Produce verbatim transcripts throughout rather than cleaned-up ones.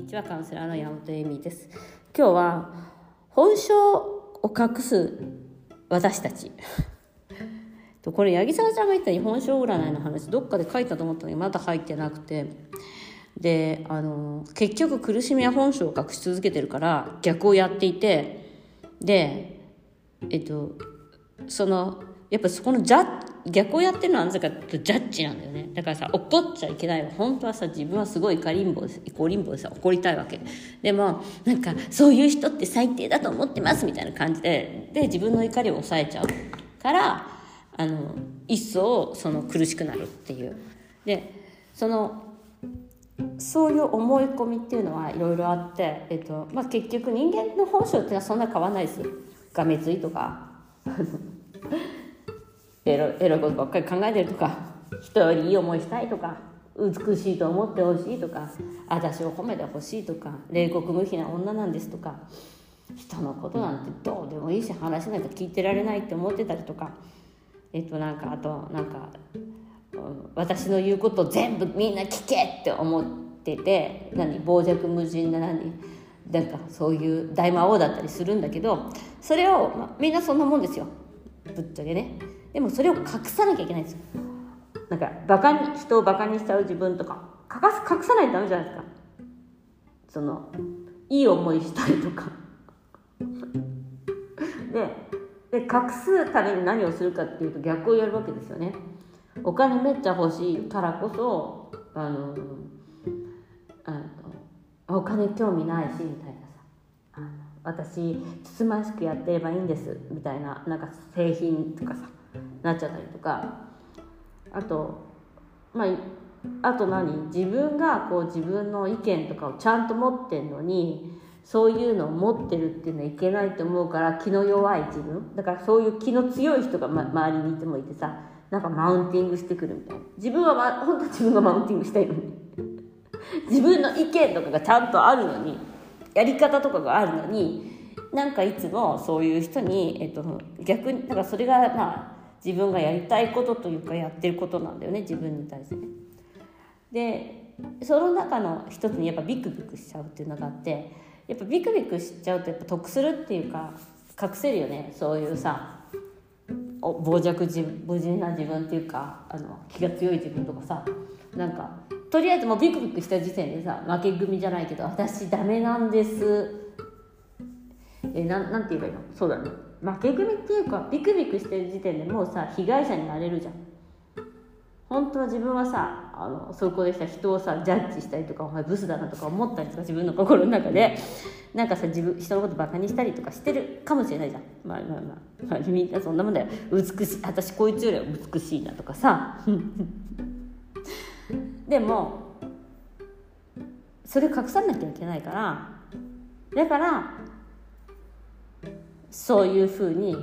にちは、カウンセラーの山本恵美です。今日は本性を隠す私たちこれ八木沢ちゃんが言った本性占いの話どっかで書いたと思ったのにまだ入ってなくて、であの結局苦しみは本性を隠し続けてるから逆をやっていて、でえっとそのやっぱそこのジャッ逆をやってるのはなぜかというとジャッジなんだよね。だからさ、怒っちゃいけないわ。本当はさ、自分はすごい怒りんぼです怒りんぼでさ怒りたいわけでも、なんかそういう人って最低だと思ってますみたいな感じでで自分の怒りを抑えちゃうからあの一層その苦しくなるっていう。でそのそういう思い込みっていうのはいろいろあって、えっとまあ、結局人間の本性っていうのはそんな変わらないですよ。がめついとかエロ、エロいことばっかり考えてるとか、人よりいい思いしたいとか、美しいと思ってほしいとか、私を褒めてほしいとか、冷酷無比な女なんですとか、人のことなんてどうでもいいし話なんか聞いてられないって思ってたりとか、えっとなんかあとなんか私の言うこと全部みんな聞けって思ってて、何傍若無人な何なんかそういう大魔王だったりするんだけど、それを、まあ、みんなそんなもんですよ、ぶっちゃけね。でもそれを隠さなきゃいけないんですよ。なんかバカに人をバカにしちゃう自分とか隠す隠さないとダメじゃないですか。そのいい思いしたいとかでで隠すために何をするかっていうと逆をやるわけですよね。お金めっちゃ欲しいからこそあのあのお金興味ないしみたいなさ、あの私つつましくやってればいいんですみたいな、なんか製品とかさなっちゃったりとか、あとまああと何自分がこう自分の意見とかをちゃんと持ってんのにそういうのを持ってるっていうのはいけないと思うから気の弱い自分だから、そういう気の強い人が、ま、周りにいてもいてさ、なんかマウンティングしてくるみたいな。自分は、ま、本当は自分がマウンティングしたいのに自分の意見とかがちゃんとあるのに、やり方とかがあるのに、なんかいつもそういう人に、えっと、逆になんかそれがまあ自分がやりたいことというかやってることなんだよね、自分に対してね。でその中の一つにやっぱビクビクしちゃうっていうのがあって、やっぱビクビクしちゃうとやっぱ得するっていうか隠せるよね。そういうさ傍若無人な自分っていうか、あの気が強い自分とかさ、なんかとりあえずもうビクビクした時点でさ、負け組じゃないけど私ダメなんですえな、なんて言えばいいの、そうだね、負け組っていうかビクビクしてる時点でもうさ被害者になれるじゃん。本当は自分はさ、あのそこでさ人をさジャッジしたりとか、お前ブスだなとか思ったりとか、自分の心の中でなんかさ自分人のことバカにしたりとかしてるかもしれないじゃん。まあまあまあ、まあ、みんなそんなもんだよ。美しい、私こいつよりは美しいなとかさでもそれ隠さなきゃいけないから、だからそういうふうに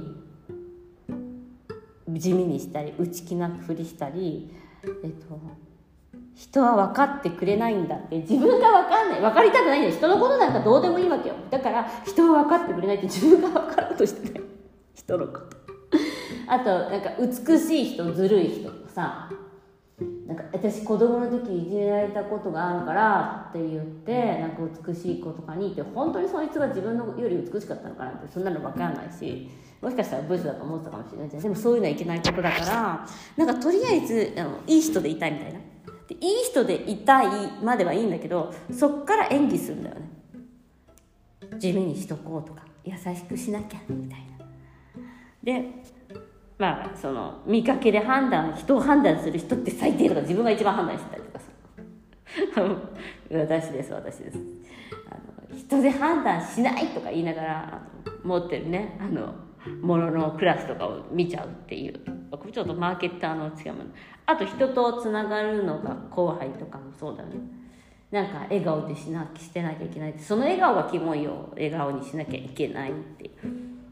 地味にしたり内気なふりしたり、えっと、人は分かってくれないんだって自分が分かんない、分かりたくないんだよ。人のことなんかどうでもいいわけよ。だから人は分かってくれないって自分が分かろうとしてない人のことあとなんか美しい人ずるい人とかさ、なんか私子供の時いじめられたことがあるからって言ってなんか美しい子とかにいて、本当にそいつが自分のより美しかったのかなってそんなの分からないし、もしかしたらブスだと思ってたかもしれないじゃん。でもそういうのはいけないことだから、なんかとりあえずあのいい人でいたいみたいな。でいい人でいたいまではいいんだけど、そっから演技するんだよね。地味にしとこうとか優しくしなきゃみたいな。でまあその見かけで判断人を判断する人って最低とか自分が一番判断してたりとかさ私です私ですあの人で判断しないとか言いながらあの持ってるねあのもののクラスとかを見ちゃうっていう、これちょっとマーケッターの違うもの。あと人とつながるのが後輩とかもそうだね。なんか笑顔でしなしてなきゃいけないって、その笑顔がキモいよ、笑顔にしなきゃいけないっていう、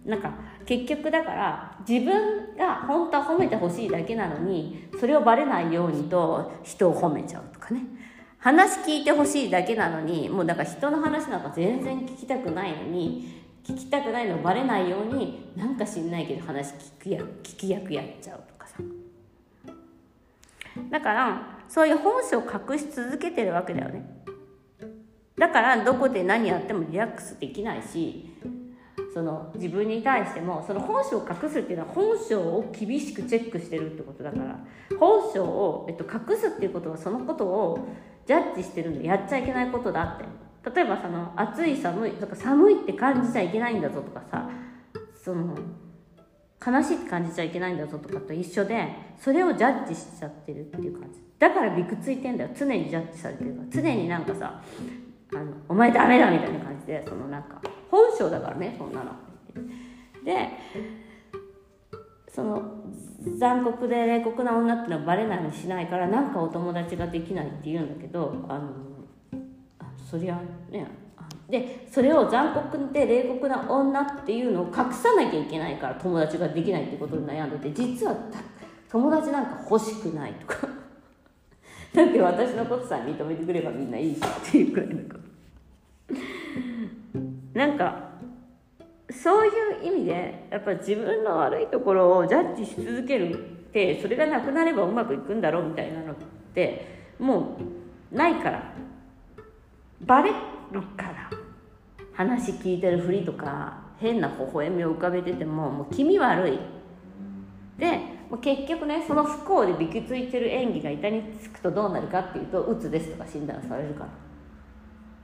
なんか結局だから自分が本当は褒めてほしいだけなのにそれをバレないようにと人を褒めちゃうとかね。話聞いてほしいだけなのにもうだから人の話なんか全然聞きたくないのに、聞きたくないのバレないようになんか知んないけど話聞くや聞き役やっちゃうとかさ。だからそういう本性を隠し続けてるわけだよね。 だからどこで何やってもリラックスできないし、その自分に対してもその本性を隠すっていうのは本性を厳しくチェックしてるってことだから、本性を、えっと、隠すっていうことはそのことをジャッジしてるんでやっちゃいけないことだって。例えばその暑い寒いとか寒いって感じちゃいけないんだぞとかさ、その悲しいって感じちゃいけないんだぞとかと一緒で、それをジャッジしちゃってるっていう感じだからびくついてんだよ。常にジャッジされてるから、常になんかさ、あのお前ダメだみたいな感じで、そのなんか本性だからね、そんなので、その残酷で冷酷な女ってのはバレないようにしないから、なんかお友達ができないって言うんだけど、あのそりゃね、でそれを残酷で冷酷な女っていうのを隠さなきゃいけないから友達ができないってことに悩んでて、実は友達なんか欲しくないとかだって私のことさえ認めてくればみんないいしっていうくらいのことなんかそういう意味でやっぱ自分の悪いところをジャッジし続けるって、それがなくなればうまくいくんだろうみたいなのってもうないから、バレるから。話聞いてるふりとか変な微笑みを浮かべててももう気味悪いで、もう結局ね、その不幸でびきついてる演技が板につくとどうなるかっていうと、うつですとか診断されるから、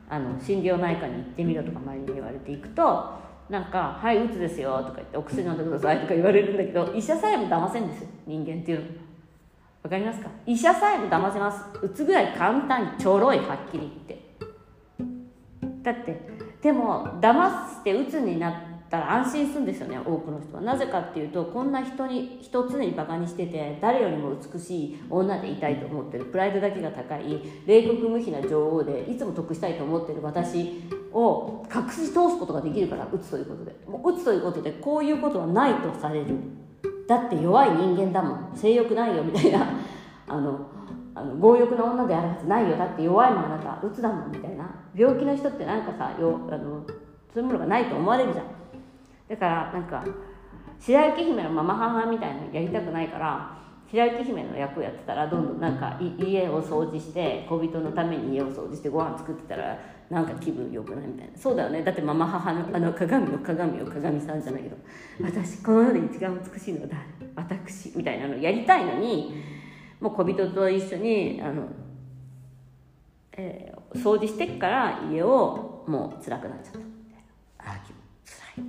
あの心療内科に行ってみろとか周りに言われていくと、なんかはいうつですよとか言ってお薬飲んでくださいとか言われるんだけど、医者さえも騙せんですよ、人間っていうの。わかりますか？医者さえも騙せます。うつぐらい簡単にちょろい、はっきり言って。だってでも騙して鬱になったら安心するんですよね、多くの人は。なぜかっていうと、こんな人に人を常にバカにしてて、誰よりも美しい女でいたいと思ってる、プライドだけが高い冷酷無比な女王でいつも得したいと思ってる私を隠し通すことができるから、鬱ということで。もう鬱ということでこういうことはないとされる。だって弱い人間だもん、性欲ないよみたいなあのあの強欲な女であるはずないよ、だって弱いもん、あなた鬱だもんみたいな。病気の人ってなんかさ、よあのそういうものがないと思われるじゃん。だからなんか白雪姫のママ母みたいなのやりたくないから、白雪姫の役をやってたらどんどんなんか家を掃除して、恋人のために家を掃除してご飯作ってたらなんか気分良くないみたいな。そうだよね、だってママ母のあの鏡の鏡を鏡さんじゃないけど、私この世で一番美しいのは誰、私みたいなのやりたいのに、もう恋人と一緒にあの、えー、掃除してっから家をもう辛くなっちゃったみたいな。ああ、辛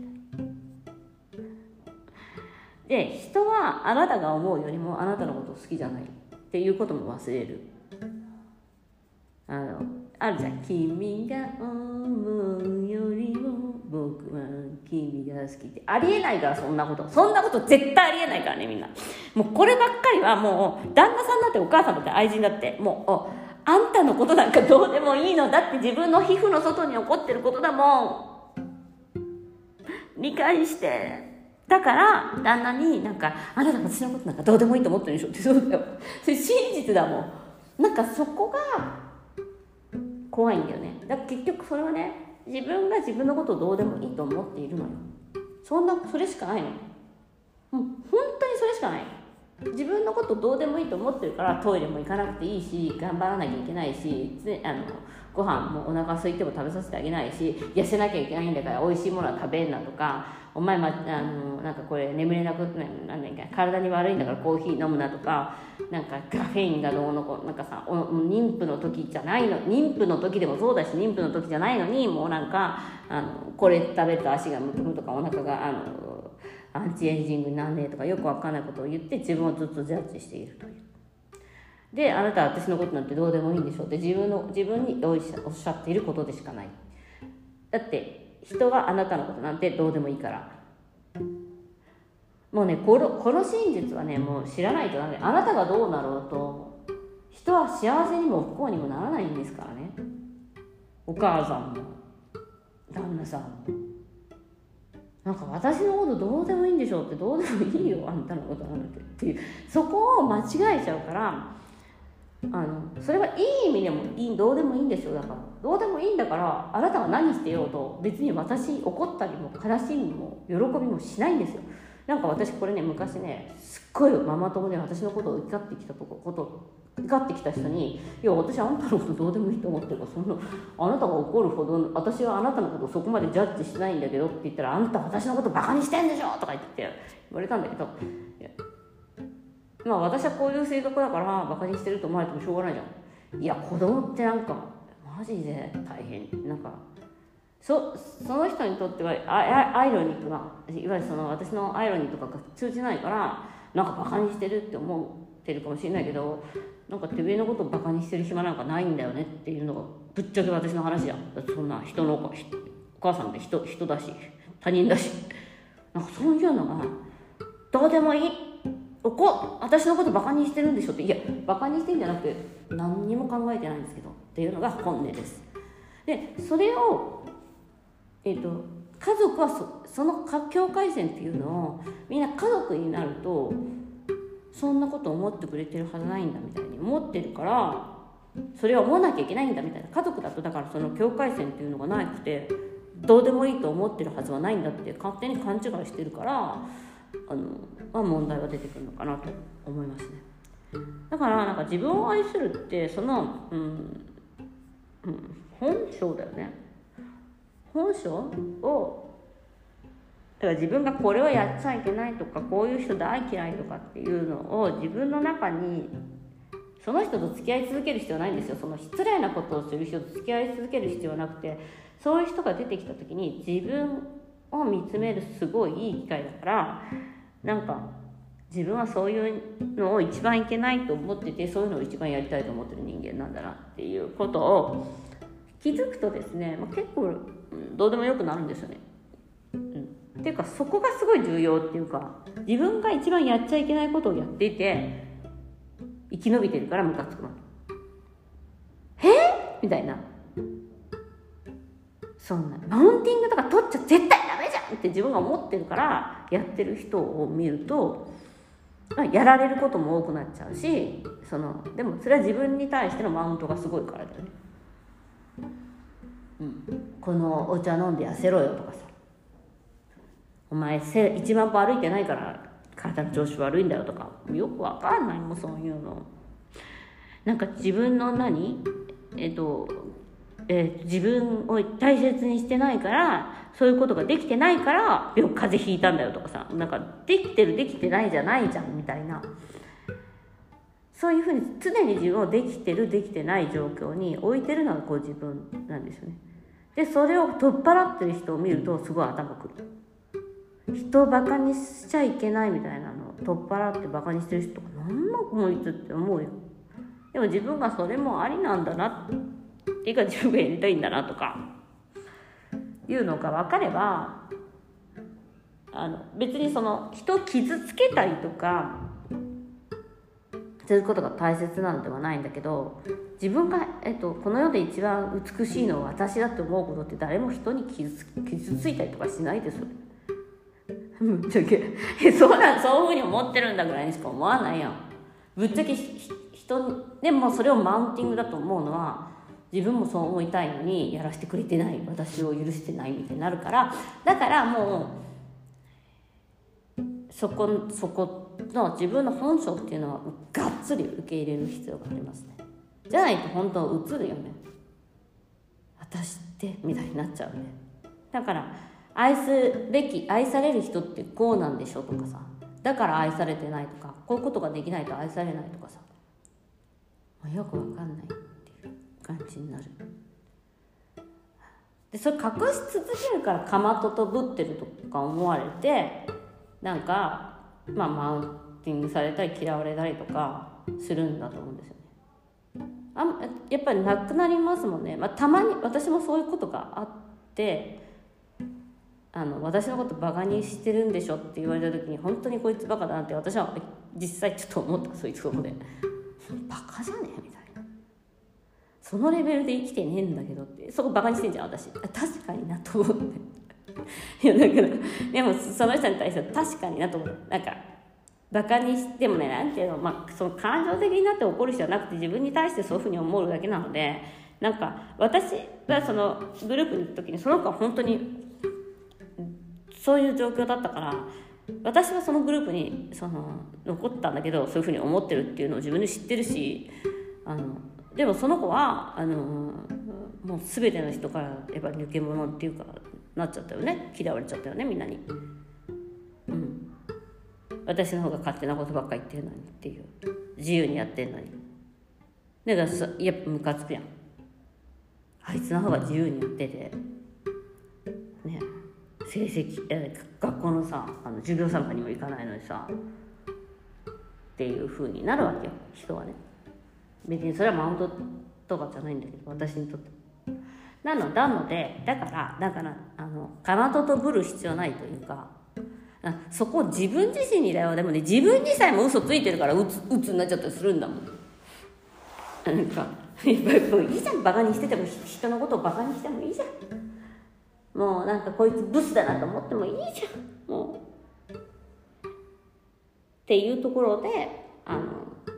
い。で、人はあなたが思うよりもあなたのことを好きじゃないっていうことも忘れる。あのあるじゃん、君が思うよりも僕は君が好きって。ありえないから、そんなことそんなこと絶対ありえないからね、みんな。もうこればっかりはもう旦那さんだってお母さんだって愛人だってもう、あんたのことなんかどうでもいいのだって、自分の皮膚の外に起こってることだもん、理解して。だから旦那になんか、あなた私のことなんかどうでもいいと思ってるでしょって。そうだよ、それ真実だもん。なんかそこが怖いんだよね。だから結局それはね、自分が自分のことをどうでもいいと思っているのよ。そんなそれしかないの。もう本当にそれしかない。自分のことどうでもいいと思ってるから、トイレも行かなくていいし、頑張らなきゃいけないし、あのご飯もお腹空いても食べさせてあげないし、痩せなきゃいけないんだから美味しいものは食べんなとか、お前、ま、あのなんかこれ眠れなくてなんだっけ、体に悪いんだからコーヒー飲むなとか、なんかカフェインがどうのこうなんかさ、お妊婦の時じゃないの、妊婦の時でもそうだし、妊婦の時じゃないのにもうなんかあのこれ食べると足がむくむとか、お腹があのアンチエイジングになんねえとか、よくわかんないことを言って自分をずっとジャッジしているという。で、あなたは私のことなんてどうでもいいんでしょうって自分の自分におっしゃっていることでしかない。だって人はあなたのことなんてどうでもいいから。もうね、このこの真実はね、もう知らないとダメ。あなたがどうなろうと人は幸せにも不幸にもならないんですからね。お母さんも旦那さんも。なんか私のことどうでもいいんでしょうって、どうでもいいよあんたのことなんてっていう、そこを間違えちゃうから、あのそれはいい意味でもいい、どうでもいいんですよ。だからどうでもいいんだから、あなたが何してようと別に私怒ったりも悲しみも喜びもしないんですよ。なんか私これね、昔ね、すっごいママ友で私のことを怒ってきたこと怒かってきた人に、いや私あんたのことどうでもいいと思ってるから、そんなあなたが怒るほど私はあなたのことをそこまでジャッジしないんだけどって言ったら、あんた私のことバカにしてんでしょとか言って言われたんだけど、いやまあ私はこういう性格だからバカにしてると思われてもしょうがないじゃん。いや子供ってなんかマジで大変、なんかそ, その人にとってはアイロニックないわゆるその私のアイロニーとかが通じないから、なんかバカにしてるって思ってるかもしれないけど、なんかてめえのことをバカにしてる暇なんかないんだよねっていうのがぶっちゃけ私の話やん。だってそんな人のお母さんって 人, 人だし他人だし、なんかそういうのがどうでもいい、おこ私のことバカにしてるんでしょって、いやバカにしてんじゃなくて何にも考えてないんですけどっていうのが本音です。でそれをえー、と家族は そ, その境界線っていうのをみんな家族になるとそんなこと思ってくれてるはずないんだみたいに思ってるから、それは思わなきゃいけないんだみたいな。家族だとだからその境界線っていうのがなくてどうでもいいと思ってるはずはないんだって勝手に勘違いしてるから、あの、まあ、問題が出てくるのかなと思いますね。だからなんか自分を愛するってその、うんうん、本性だよね。本性をだから自分がこれはやっちゃいけないとか、こういう人大嫌いとかっていうのを自分の中に、その人と付き合い続ける必要はないんですよ。その失礼なことをする人と付き合い続ける必要はなくて、そういう人が出てきた時に自分を見つめるすごいいい機会だから、なんか自分はそういうのを一番いけないと思ってて、そういうのを一番やりたいと思ってる人間なんだなっていうことを気づくとですね、まあ、結構どうでもよくなるんですよね、うん、っていうかそこがすごい重要っていうか、自分が一番やっちゃいけないことをやっていて生き延びてるからムカつくの。えみたいな、そんなマウンティングとか取っちゃ絶対ダメじゃんって自分が思ってるからやってる人を見ると、まあ、やられることも多くなっちゃうし、そのでもそれは自分に対してのマウントがすごいからだよね。うん、このお茶飲んで痩せろよとかさ、お前せいちまん歩歩いてないから体の調子悪いんだよとか、よくわかんないもんそういうの。なんか自分の何えっと、えー、自分を大切にしてないからそういうことができてないから病風邪ひいたんだよとかさ、なんかできてるできてないじゃないじゃんみたいな、そういうふうに常に自分をできてるできてない状況に置いてるのがこう自分なんですよね。でそれを取っ払ってる人を見るとすごい頭くる。人をバカにしちゃいけないみたいなのを取っ払ってバカにしてる人とか、なんだこいつって思うよ。でも自分がそれもありなんだなっていうか、自分がやりたいんだなとかいうのが分かれば、あの別にその人を傷つけたりとかすることが大切なのではないんだけど、自分が、えっと、この世で一番美しいのは私だって思うことって誰も人に傷つ、傷ついたりとかしないですよ。ぶっちゃけそうなんそういうふうに思ってるんだぐらいにしか思わないやん。ぶっちゃけ人でもそれをマウンティングだと思うのは、自分もそう思いたいのにやらせてくれてない、私を許してないみたいになるから、だからもうそこそこの自分の本性っていうのはがっつり受け入れる必要がありますね。じゃないと本当映るよね、私ってみたいになっちゃうね。だから愛すべき愛される人ってこうなんでしょとかさ、だから愛されてないとか、こういうことができないと愛されないとかさ、よくわかんないっていう感じになる。でそれ隠し続けるからかまととぶってるとか思われて、なんか、まあ、マウンティングされたり嫌われたりとかするんだと思うんですよね。あやっぱりなくなりますもんね、まあ、たまに私もそういうことがあって、あの私のことバカにしてるんでしょって言われた時に、本当にこいつバカだなって私は実際ちょっと思った。そいつそこでバカじゃねえみたいな、そのレベルで生きてねえんだけどって、そこバカにしてんじゃん私。確かになと思っていやだからでもその人に対しては確かになと思って、なんかバカにしてもね、なんていうの、まあ、その感情的になって怒る人じゃなくて、自分に対してそういうふうに思うだけなので、なんか私がそのグループに行った時にその子は本当にそういう状況だったから、私はそのグループにその残ったんだけど、そういうふうに思ってるっていうのを自分で知ってるし、 あのでもその子はあのもう全ての人からやっぱ抜け者っていうかなっちゃったよね。嫌われちゃったよね、みんなに。うん、私の方が勝手なことばっかり言ってるのにっていう、自由にやってんのに。だからさ、やっぱムカつくやん。あいつの方が自由にやっててね、成績え学校のさあの授業参加にも行かないのにさっていう風になるわけよ、人はね。別にそれはマウントとかじゃないんだけど、私にとってなのなのでだからだからあのかまととぶる必要ないというか、あそこ自分自身にだよ。でもね、自分にさえも嘘ついてるからうつうつになっちゃったりするんだもん。なんかやっぱりもういいじゃん、バカにしてても、人のことをバカにしてもいいじゃん。もうなんかこいつブスだなと思ってもいいじゃん、もうっていうところで、あの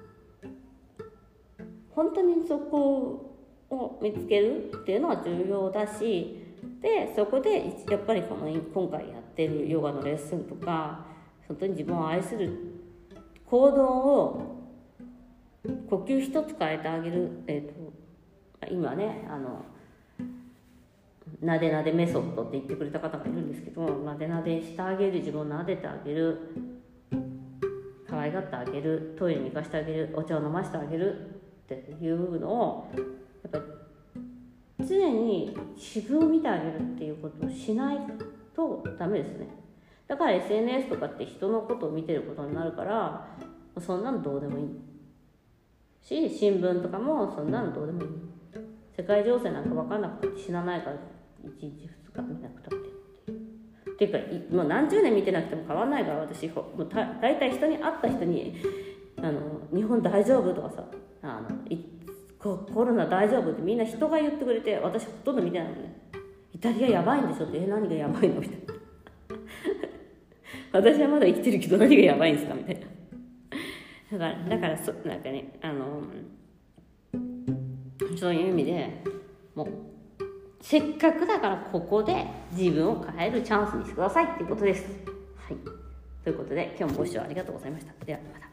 本当にそこを見つけるっていうのは重要だし、でそこでやっぱりこの今回やってるヨガのレッスンとか、本当に自分を愛する行動を呼吸一つ変えてあげる、えーと、今ねあのなでなでメソッドって言ってくれた方がいるんですけど、なでなでしてあげる、自分をなでてあげる、可愛がってあげる、トイレに行かしてあげる、お茶を飲ませてあげるっていうのをやっぱり常に自分を見てあげるっていうことをしないとダメですね。だから エスエヌエス とかって人のことを見てることになるから、そんなのどうでもいいし、新聞とかもそんなのどうでもいい。世界情勢なんか分かんなくて死なないからいちにちふつか見なくたってっていうか、もう何十年見てなくても変わんないから、私もうた大体人に会った人にあの日本大丈夫とかさ、あのいコ, コロナ大丈夫ってみんな人が言ってくれて、私ほとんど見てないのね。イタリアやばいんでしょって、え何がやばいのみたいな私はまだ生きてるけど何がやばいんですかみたいな。だからだからそなんかね、あのそういう意味でもうせっかくだからここで自分を変えるチャンスにしてくださいっていうことです。はい、ということで今日もご視聴ありがとうございました。ではまた。